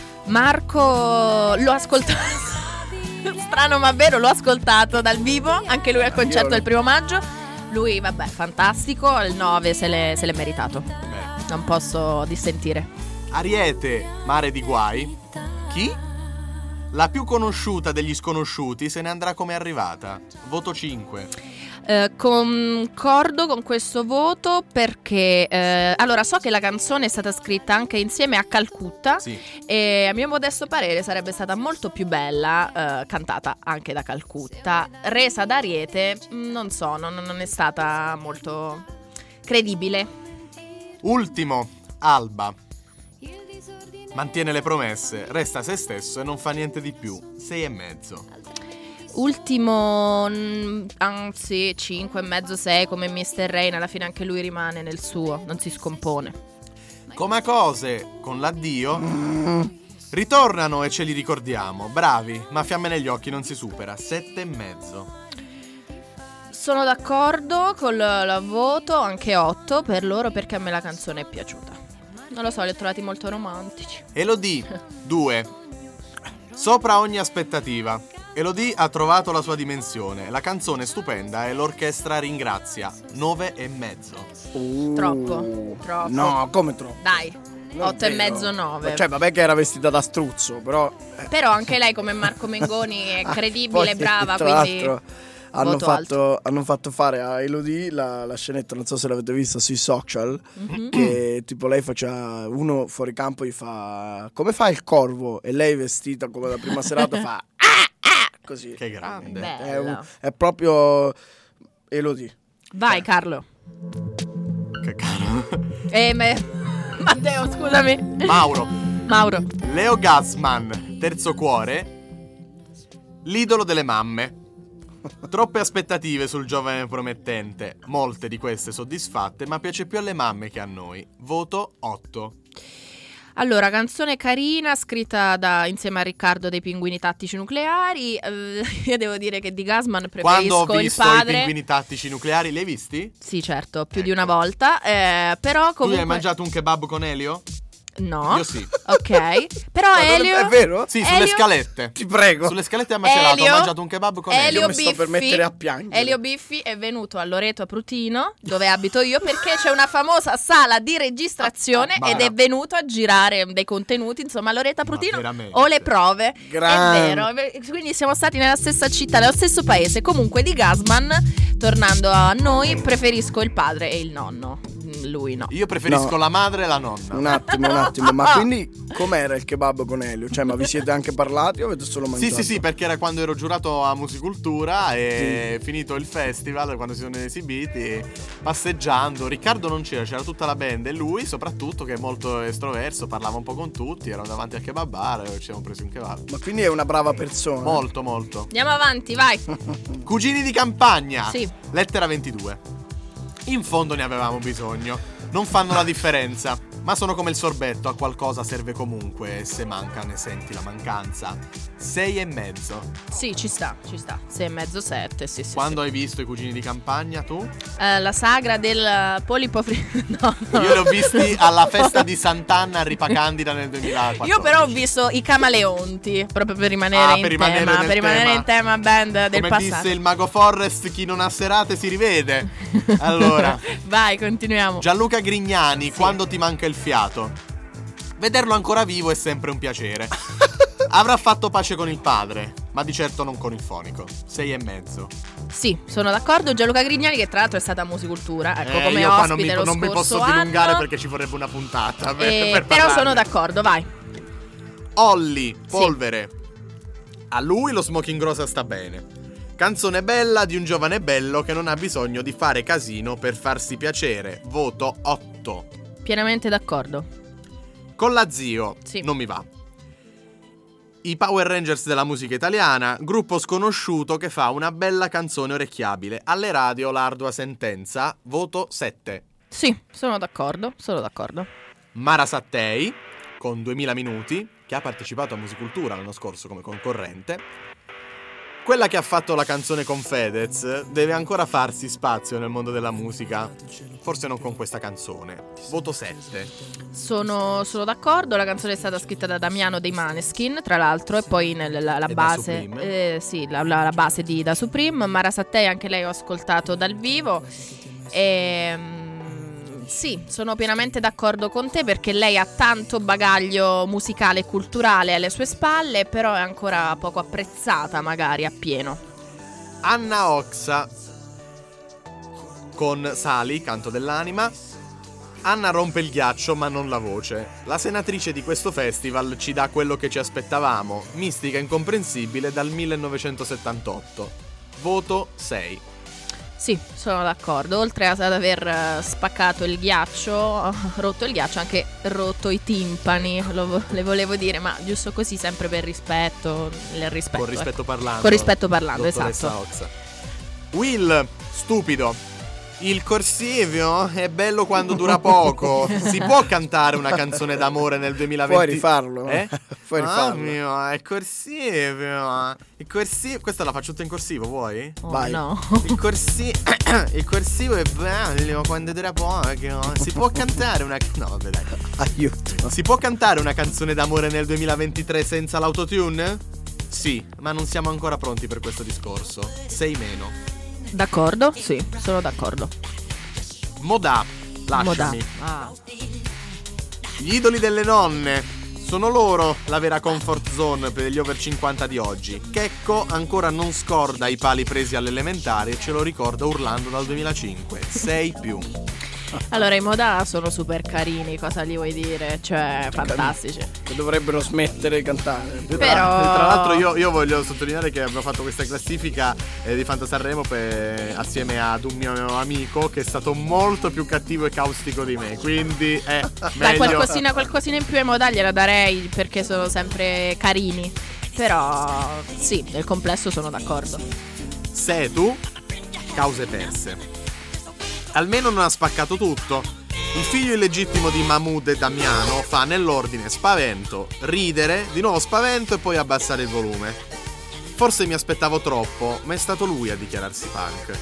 Marco l'ho ascoltato. Strano ma vero, l'ho ascoltato dal vivo. Anche lui al concerto del 1 maggio. Lui, vabbè, fantastico. Il 9 se l'è meritato. Non posso dissentire. Ariete, Mare di guai. Chi? La più conosciuta degli sconosciuti se ne andrà come è arrivata. Voto 5. Concordo con questo voto perché allora so che la canzone è stata scritta anche insieme a Calcutta, e a mio modesto parere sarebbe stata molto più bella cantata anche da Calcutta. Resa da Ariete non so, non è stata molto credibile. Ultimo, Alba. Mantiene le promesse, resta se stesso e non fa niente di più. 6,5. Ultimo, anzi 5,5-6 come Mr. Rain. Alla fine anche lui rimane nel suo, non si scompone. Come cose con l'addio ritornano e ce li ricordiamo. Bravi, ma Fiamme negli occhi non si supera. 7,5. Sono d'accordo con il voto, anche 8 per loro, perché a me la canzone è piaciuta. Non lo so, li ho trovati molto romantici. Elodie, 2. Sopra ogni aspettativa. Elodie ha trovato la sua dimensione. La canzone è stupenda e l'orchestra ringrazia. 9,5. Troppo. No, come troppo? Dai, 8,5, 9. Cioè, vabbè che era vestita da struzzo, però anche lei come Marco Mengoni è credibile, brava, tra quindi hanno fatto fare a Elodie la scenetta, non so se l'avete vista sui social, che tipo lei faceva, uno fuori campo gli fa come fa il corvo, e lei vestita come la prima serata fa così. Che grande. È proprio Elodie. Vai Carlo. Che caro. Matteo, scusami. Mauro. Leo Gassman, terzo cuore. L'idolo delle mamme. Troppe aspettative sul giovane promettente, molte di queste soddisfatte, ma piace più alle mamme che a noi. Voto 8. Allora, canzone carina, scritta insieme a Riccardo dei Pinguini Tattici Nucleari. Io devo dire che di Gassman preferisco Quando ho visto il padre. I Pinguini Tattici Nucleari, li hai visti? Sì, certo, più di una volta. Però comunque... Tu hai mangiato un kebab con Elio? No. Io sì. Ok. Però Elio... È vero? Sì, sulle scalette. Ti prego. Sulle scalette a Macerato ho mangiato un kebab con Elio. Io mi sto per mettere a piangere. Elio Biffi è venuto a Loreto a Prutino, dove abito io, perché c'è una famosa sala di registrazione ed è venuto a girare dei contenuti, insomma, a Loreto a Prutino. Ho le prove. Grande. È vero. Quindi siamo stati nella stessa città, nello stesso paese. Comunque di Gassman, tornando a noi, preferisco il padre e il nonno. Lui no. Io preferisco la madre e la nonna. Un attimo. Ma quindi com'era il kebab con Elio? Cioè, ma vi siete anche parlati o avete solo mangiato? Sì, perché era quando ero giurato a Musicultura e finito il festival, quando si sono esibiti, passeggiando. Riccardo non c'era tutta la band e lui soprattutto, che è molto estroverso, parlava un po' con tutti, erano davanti al kebab bar e ci siamo presi un kebab. Ma quindi è una brava persona. Molto. Andiamo avanti, vai. Cugini di campagna. Sì. Lettera 22. In fondo ne avevamo bisogno. Non fanno la differenza, ma sono come il sorbetto, a qualcosa serve comunque e se manca ne senti la mancanza. 6,5. Sì, ci sta 6,5, 7. Sì. Quando hai visto i Cugini di campagna tu? La sagra del polipo no. Io li ho visti alla festa di Sant'Anna a Ripacandida nel 2004. Io però ho visto i Camaleonti, proprio per rimanere in tema band del come passato. Disse il mago Forrest, chi non ha serate si rivede. Allora vai, continuiamo. Gianluca Grignani, Quando ti manca il fiato. Vederlo ancora vivo è sempre un piacere. Avrà fatto pace con il padre, ma di certo non con il fonico. 6,5. Sì, sono d'accordo. Gianluca Grignani, che tra l'altro è stata a Musicultura, ecco, come ospite lo scorso anno. Non mi posso dilungare perché ci vorrebbe una puntata per però sono d'accordo, vai. Olli, Polvere. A lui lo smoking rosa sta bene. Canzone bella di un giovane bello che non ha bisogno di fare casino per farsi piacere. Voto 8. pienamente d'accordo. Con la Zio, Sì. non mi va. I Power Rangers della musica italiana, gruppo sconosciuto che fa una bella canzone orecchiabile. Alle radio l'ardua sentenza, voto 7. Sì, sono d'accordo. Mara Sattei, con 2000 minuti, che ha partecipato a Musicultura l'anno scorso come concorrente. Quella che ha fatto la canzone con Fedez deve ancora farsi spazio nel mondo della musica. Forse non con questa canzone. Voto 7. Sono d'accordo. La canzone è stata scritta da Damiano dei Maneskin, tra l'altro, e poi la base, la base di Da Supreme. Mara Sattei, anche lei ho ascoltato dal vivo. Sì, sono pienamente d'accordo con te, perché lei ha tanto bagaglio musicale e culturale alle sue spalle, però è ancora poco apprezzata magari appieno. Anna Oxa con Sali, Canto dell'anima. Anna rompe il ghiaccio ma non la voce. La senatrice di questo festival ci dà quello che ci aspettavamo, mistica incomprensibile dal 1978. Voto 6. Sì, sono d'accordo. Oltre ad aver spaccato il ghiaccio, rotto il ghiaccio, anche rotto i timpani, le volevo dire, ma giusto così, sempre per rispetto, il rispetto. Con rispetto parlando. Con rispetto parlando, dottoressa esatto. Oxa. Will, stupido. Il corsivo è bello quando dura poco. Si può cantare una canzone d'amore nel 2020? Puoi rifarlo? Puoi Ah rifarlo. mio, è corsivo. Il corsivo. Questa la faccio tutta in corsivo, vuoi? Oh, Vai. no. Il corsivo è bello quando dura poco. Si può cantare una. No, vabbè, dai. Aiuto. Si può cantare una canzone d'amore nel 2023 senza l'autotune? Sì, ma non siamo ancora pronti per questo discorso. 6 meno. D'accordo? Sì, sono d'accordo. Modà, lasciami. Ah. Gli idoli delle nonne. Sono loro la vera comfort zone per gli over 50 di oggi. Checco ancora non scorda i pali presi all'elementare e ce lo ricorda urlando dal 2005. 6 più. Allora, i Modà sono super carini, cosa gli vuoi dire? Cioè, fantastici. Che dovrebbero smettere di cantare. Però- Tra l'altro io voglio sottolineare che abbiamo fatto questa classifica di Fantasanremo assieme ad un mio amico che è stato molto più cattivo e caustico di me. Quindi è Dai, meglio. qualcosina in più ai Modà gliela darei, perché sono sempre carini. Però, sì, nel complesso sono d'accordo. Setu, cause perse. Almeno non ha spaccato tutto. Il figlio illegittimo di Mahmood e Damiano fa nell'ordine spavento, ridere, di nuovo spavento e poi abbassare il volume. Forse mi aspettavo troppo, ma è stato lui a dichiararsi punk.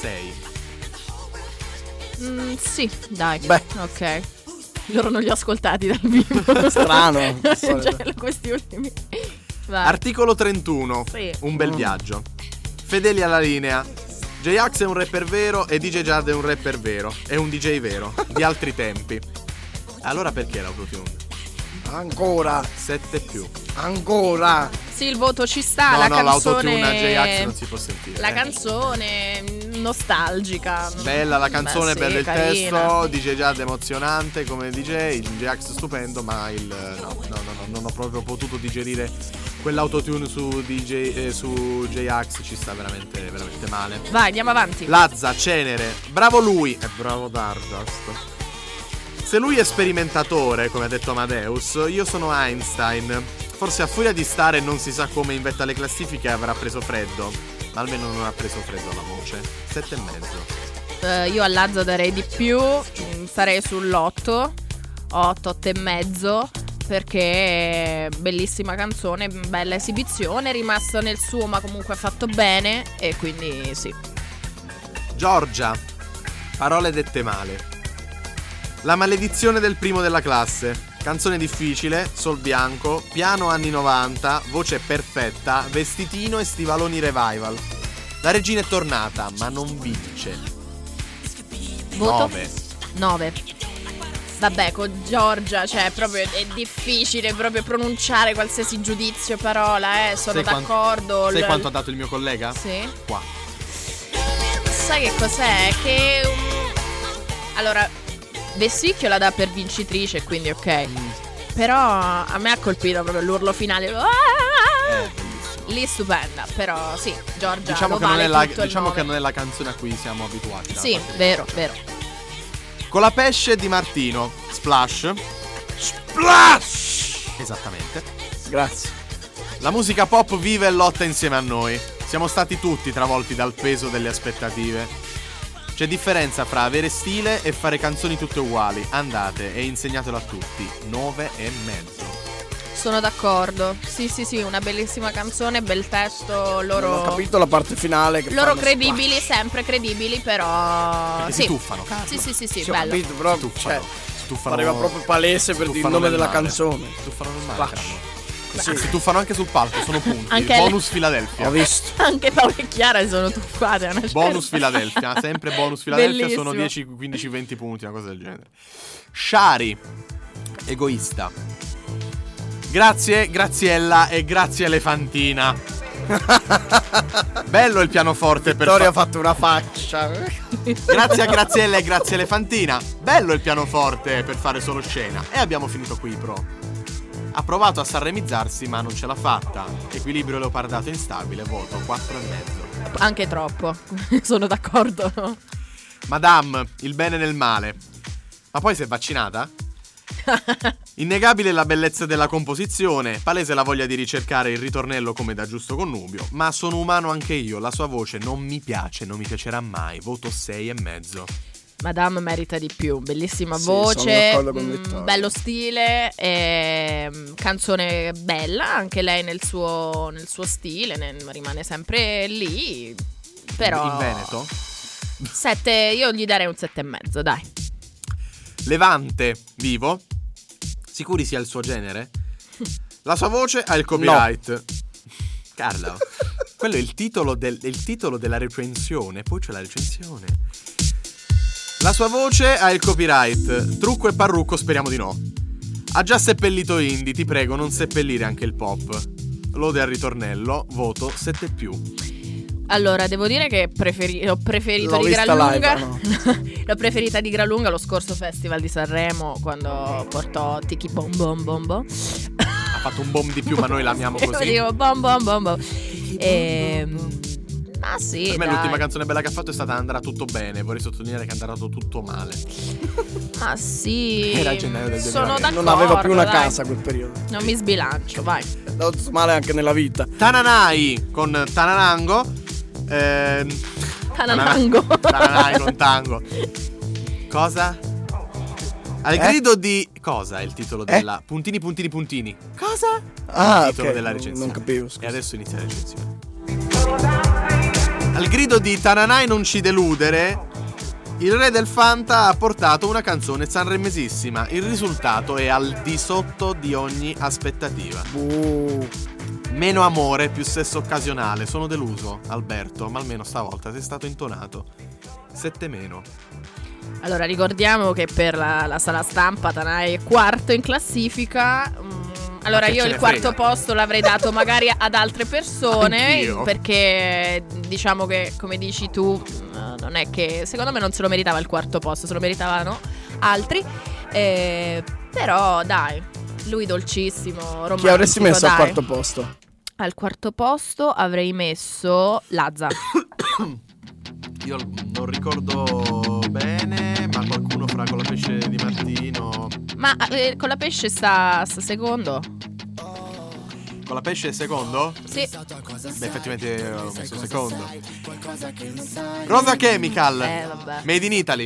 6. Sì, dai. Beh. Ok. Loro non li ho ascoltati dal vivo. Strano. Cioè, questi ultimi. Vai. Articolo 31. Sì. Un bel viaggio. Fedeli alla linea. J-Ax è un rapper vero e DJ Jad è un rapper vero. È un DJ vero. Di altri tempi. Allora perché l'autotune? Ancora. 7 più. Ancora. Sì, il voto ci sta. No, La no, canzone. l'autotune a J-Ax non si può sentire. La canzone nostalgica. Bella la canzone, Beh, sì, bello il carina. testo, DJ Jad emozionante come DJ, il J-Ax stupendo, ma no, non ho proprio potuto digerire quell'autotune su J-Ax, ci sta veramente, veramente male. Vai, andiamo avanti. Lazza, Cenere, bravo lui e bravo Dardust. Se lui è sperimentatore, come ha detto Amadeus, io sono Einstein. Forse a furia di stare non si sa come in vetta alle classifiche avrà preso freddo, ma almeno non ha preso freddo alla voce. 7,5. Io a Lazza darei di più, sarei sull'8, 8 e mezzo, perché bellissima canzone, bella esibizione, è rimasto nel suo ma comunque ha fatto bene, e quindi sì. Giorgia, parole dette male. La maledizione del primo della classe. Canzone difficile, sol bianco, piano anni 90, voce perfetta, vestitino e stivaloni revival. La regina è tornata, ma non vince. Voto? 9. Vabbè, con Giorgia, cioè proprio è difficile proprio pronunciare qualsiasi giudizio, parola, sono Sai quanto- d'accordo. Sai quanto ha dato il mio collega? Sì. 4. Sai che cos'è? Che allora, Vessicchio la dà per vincitrice, quindi ok. Però a me ha colpito proprio l'urlo finale. Lì stupenda, però sì, Giorgia Diciamo, lo che, non vale è la, tutto il diciamo che 9. non è la canzone a cui siamo abituati. Sì, vero, vero. Con la pesce di Martino. Splash. Splash! Esattamente. Grazie. La musica pop vive e lotta insieme a noi. Siamo stati tutti travolti dal peso delle aspettative. C'è differenza fra avere stile e fare canzoni tutte uguali. Andate e insegnatelo a tutti. 9,5. Sono d'accordo. Sì, una bellissima canzone, bel testo. Loro non ho capito la parte finale che loro credibili, sempre credibili, però perché si tuffano, Carlo. Sì, ho bello. capito, però si tuffano. Pareva proprio palese per dire il nome della canzone. Si tuffano nel mare, Carlo. Sì. Si tuffano anche sul palco, sono punti. Anche bonus Philadelphia. Ho visto. Anche Paolo e Chiara sono tuffate. Bonus Philadelphia, sempre bonus Philadelphia. Sono 10, 15, 20 punti, una cosa del genere. Shari, egoista. Grazie Graziella e grazie Elefantina. Bello il pianoforte per Vittoria ha fatto una faccia. Grazie a Graziella e grazie Elefantina. Bello il pianoforte per fare solo scena. E abbiamo finito qui, pro. Ha provato a sanremizzarsi ma non ce l'ha fatta. Equilibrio leopardato instabile, voto 4,5. Anche troppo. Sono d'accordo. Madame, il bene nel male. Ma poi si è vaccinata? Innegabile la bellezza della composizione, palese la voglia di ricercare il ritornello come da giusto connubio, ma sono umano anche io, la sua voce non mi piace, non mi piacerà mai, voto 6,5. Madame merita di più, bellissima Sì, voce, sono d'accordo con Vittoria. Bello stile, canzone bella, anche lei nel suo stile, rimane sempre lì, però... In Veneto? 7, io gli darei un 7,5, dai. Levante, vivo. Sicuri sia il suo genere? La sua voce ha il copyright. No. Carlo, quello è il titolo della recensione. Poi c'è la recensione. La sua voce ha il copyright. Trucco e parrucco speriamo di no. Ha già seppellito indie, ti prego non seppellire anche il pop. Lode al ritornello, voto 7+. Allora, devo dire che ho preferito di gran lunga. No? L'ho preferita di gran lunga lo scorso Festival di Sanremo, quando portò Tiki Bom Bom Bom Bom. Ha fatto un bom di più, ma noi l'amiamo così. Dico bom bom bom bom. Ma sì, per me dai. l'ultima canzone bella che ha fatto è stata Andrà tutto bene. Vorrei sottolineare che è andato tutto male. Ma sì, era gennaio del 2020. Sono d'accordo. Non aveva più una casa quel periodo. Non mi sbilancio, vai. È andato tutto male anche nella vita. Tananai con Tananango. Tananango. Tananai con Tango. Cosa? Al grido di... Cosa è il titolo della... Puntini puntini puntini. Cosa? Ah, il titolo ok, della recensione. non capivo, scusa. E adesso inizia la recensione. Al grido di Tananai non ci deludere, il re del Fanta ha portato una canzone sanremesissima. Il risultato è al di sotto di ogni aspettativa. Meno amore, più sesso occasionale. Sono deluso, Alberto, ma almeno stavolta sei stato intonato. 7-. Allora, ricordiamo che per la sala stampa Tananai è quarto in classifica. Allora io il quarto posto l'avrei dato magari ad altre persone. Anch'io. Perché diciamo che, come dici tu, non è che... Secondo me non se lo meritava il quarto posto, se lo meritavano altri. Però dai, lui dolcissimo, romantico. Chi avresti messo al quarto posto? Al quarto posto avrei messo Lazza. Io non ricordo bene, ma qualcuno fra Con la pesce di Martino. Ma Con la pesce sta secondo? Con la pesce è secondo? Sì. Beh, effettivamente ho messo secondo. Rosa Chemical, Vabbè. Made in Italy.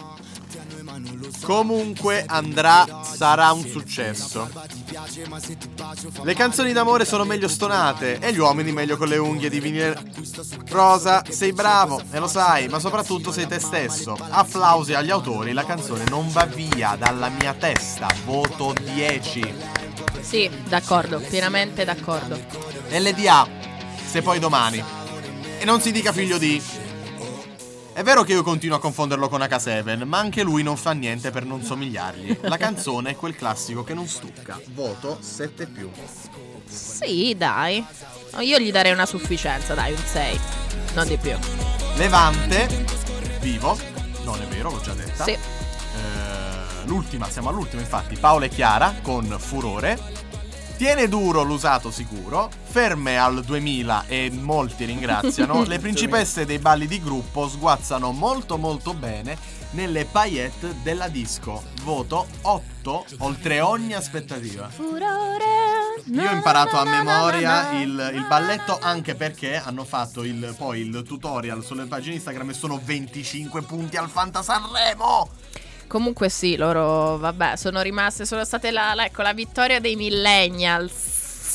Comunque andrà, sarà un successo. Le canzoni d'amore sono meglio stonate e gli uomini meglio con le unghie di vinile. Rosa, sei bravo e lo sai, ma soprattutto sei te stesso. Applausi agli autori, la canzone non va via dalla mia testa. Voto 10. Sì, d'accordo, pienamente d'accordo. LDA, se poi domani. E non si dica figlio di... È vero che io continuo a confonderlo con H7, ma anche lui non fa niente per non somigliargli. La canzone è quel classico che non stucca. Voto 7+. Sì, dai. No, io gli darei una sufficienza, dai, un 6. Non di più. Levante, vivo. Non è vero, l'ho già detta. Sì. L'ultima, siamo all'ultima infatti. Paola e Chiara con Furore. Tiene duro l'usato sicuro, ferme al 2000 e molti ringraziano, le principesse dei balli di gruppo sguazzano molto molto bene nelle paillette della disco. Voto 8 oltre ogni aspettativa. Io ho imparato a memoria il balletto, anche perché hanno fatto poi il tutorial sulle pagine Instagram e sono 25 punti al Fanta Sanremo. Comunque sì, loro, vabbè, sono state la vittoria dei millennials.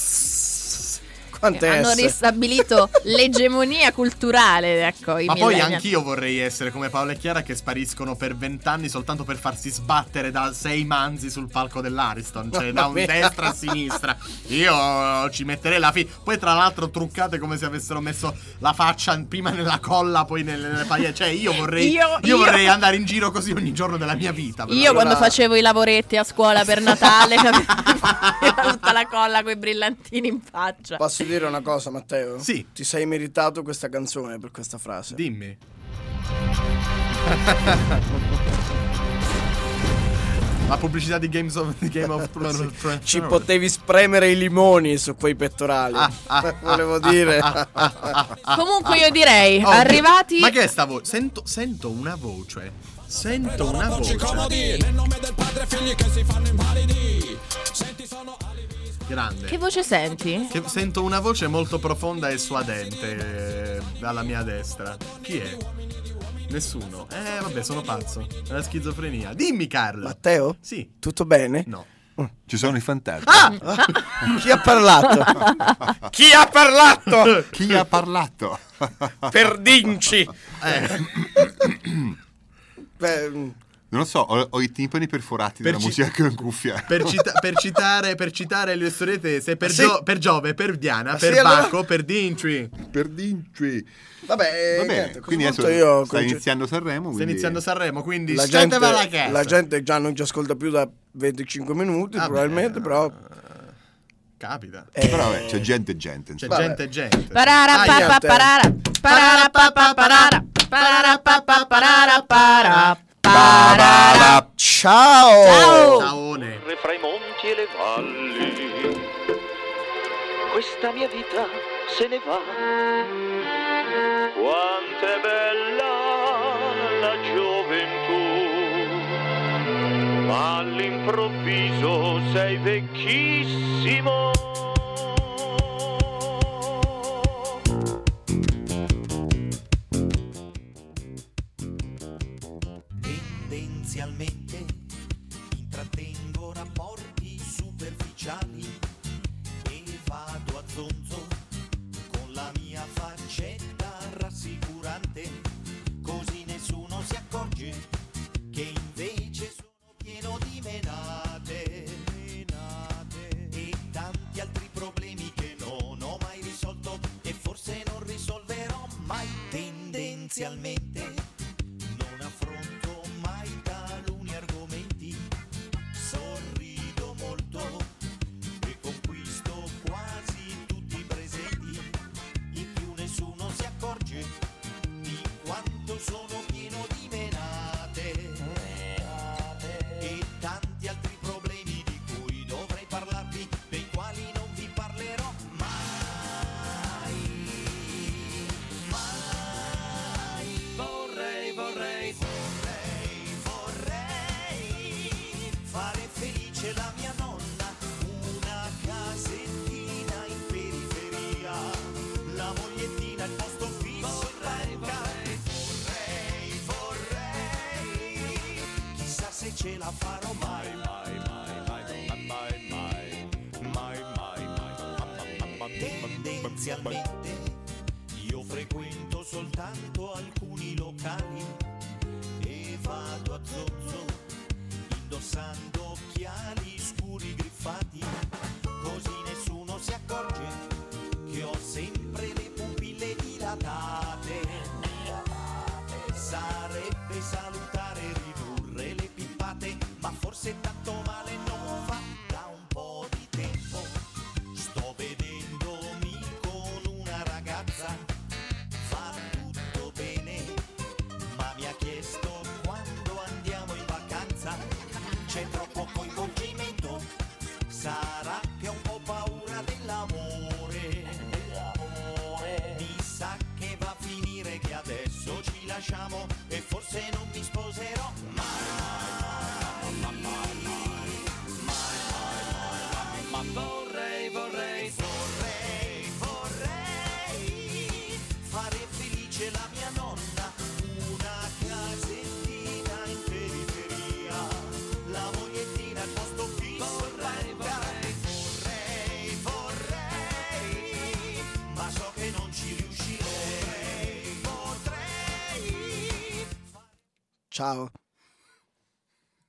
Hanno ristabilito l'egemonia culturale, ecco. Ma poi anch'io vorrei essere come Paola e Chiara, che spariscono per 20 anni soltanto per farsi sbattere da 6 manzi sul palco dell'Ariston, cioè da un destra a sinistra. Io ci metterei la fine. Poi tra l'altro truccate come se avessero messo la faccia prima nella colla, poi nelle pagliette. Cioè io vorrei andare in giro così ogni giorno della mia vita. Io quando facevo i lavoretti a scuola per Natale tutta la colla coi brillantini in faccia. Posso dire una cosa, Matteo? Sì. Ti sei meritato questa canzone per questa frase. Dimmi. La pubblicità di Game of Thrones. Ci potevi spremere i limoni su quei pettorali. Volevo dire. Comunque io direi, arrivati. Ma che è sta voce? Sento una voce. Sento una voce. Nel nome del Padre, figli che si fanno invalidi. Senti, sono grande. Che voce senti? Sento una voce molto profonda e suadente alla mia destra. Chi è? Nessuno. Vabbè, sono pazzo. È la schizofrenia. Dimmi, Carlo. Matteo? Sì. Tutto bene? No. Ci sono i fantasmi. Chi ha parlato? Chi ha parlato? Chi ha parlato? Perdinci. Non lo so, ho i timpani perforati dalla musica che ho in cuffia. Per citare le storiette, se per Giove, per Diana, per sì, Bacco, allora... per Dinci. Vabbè, niente, quindi adesso sta iniziando Sanremo. Quindi la gente già non ci ascolta più da 25 minuti, probabilmente, però... Capita. Però vabbè, c'è gente. C'è gente. Ciao. Ciaone. Fra i monti e le valli, questa mia vita se ne va. Quanto è bella la gioventù, ma all'improvviso sei vecchissimo. Tendenzialmente intrattengo rapporti superficiali e vado a zonzo con la mia faccetta rassicurante, così nessuno si accorge che invece sono pieno di menate e tanti altri problemi che non ho mai risolto e forse non risolverò mai. Tendenzialmente non affronto mai taluni argomenti, sorrido molto e conquisto quasi tutti i presenti, in più nessuno si accorge di quanto sono pieno di menate e tanti altri problemi di cui dovrei parlarvi, dei quali non vi parlerò mai. Vorrei fare felice la mia nonna, una casettina in periferia, la mogliettina, il posto fisso in banca. Vorrei, chissà se ce la farò mai. Tendenzialmente io frequento soltanto alcuni locali e vado a zozzo indossando occhiali scuri griffati, così nessuno si accorge che ho sempre le pupille dilatate. Sarebbe salutare ridurre le pippate, ma forse tanto male non fa. Da un po' di tempo sto vedendomi con una ragazza, fa tutto bene, ma mi ha chiesto quando andiamo in vacanza. C'è troppo coinvolgimento, sarà che è un po' Ciao.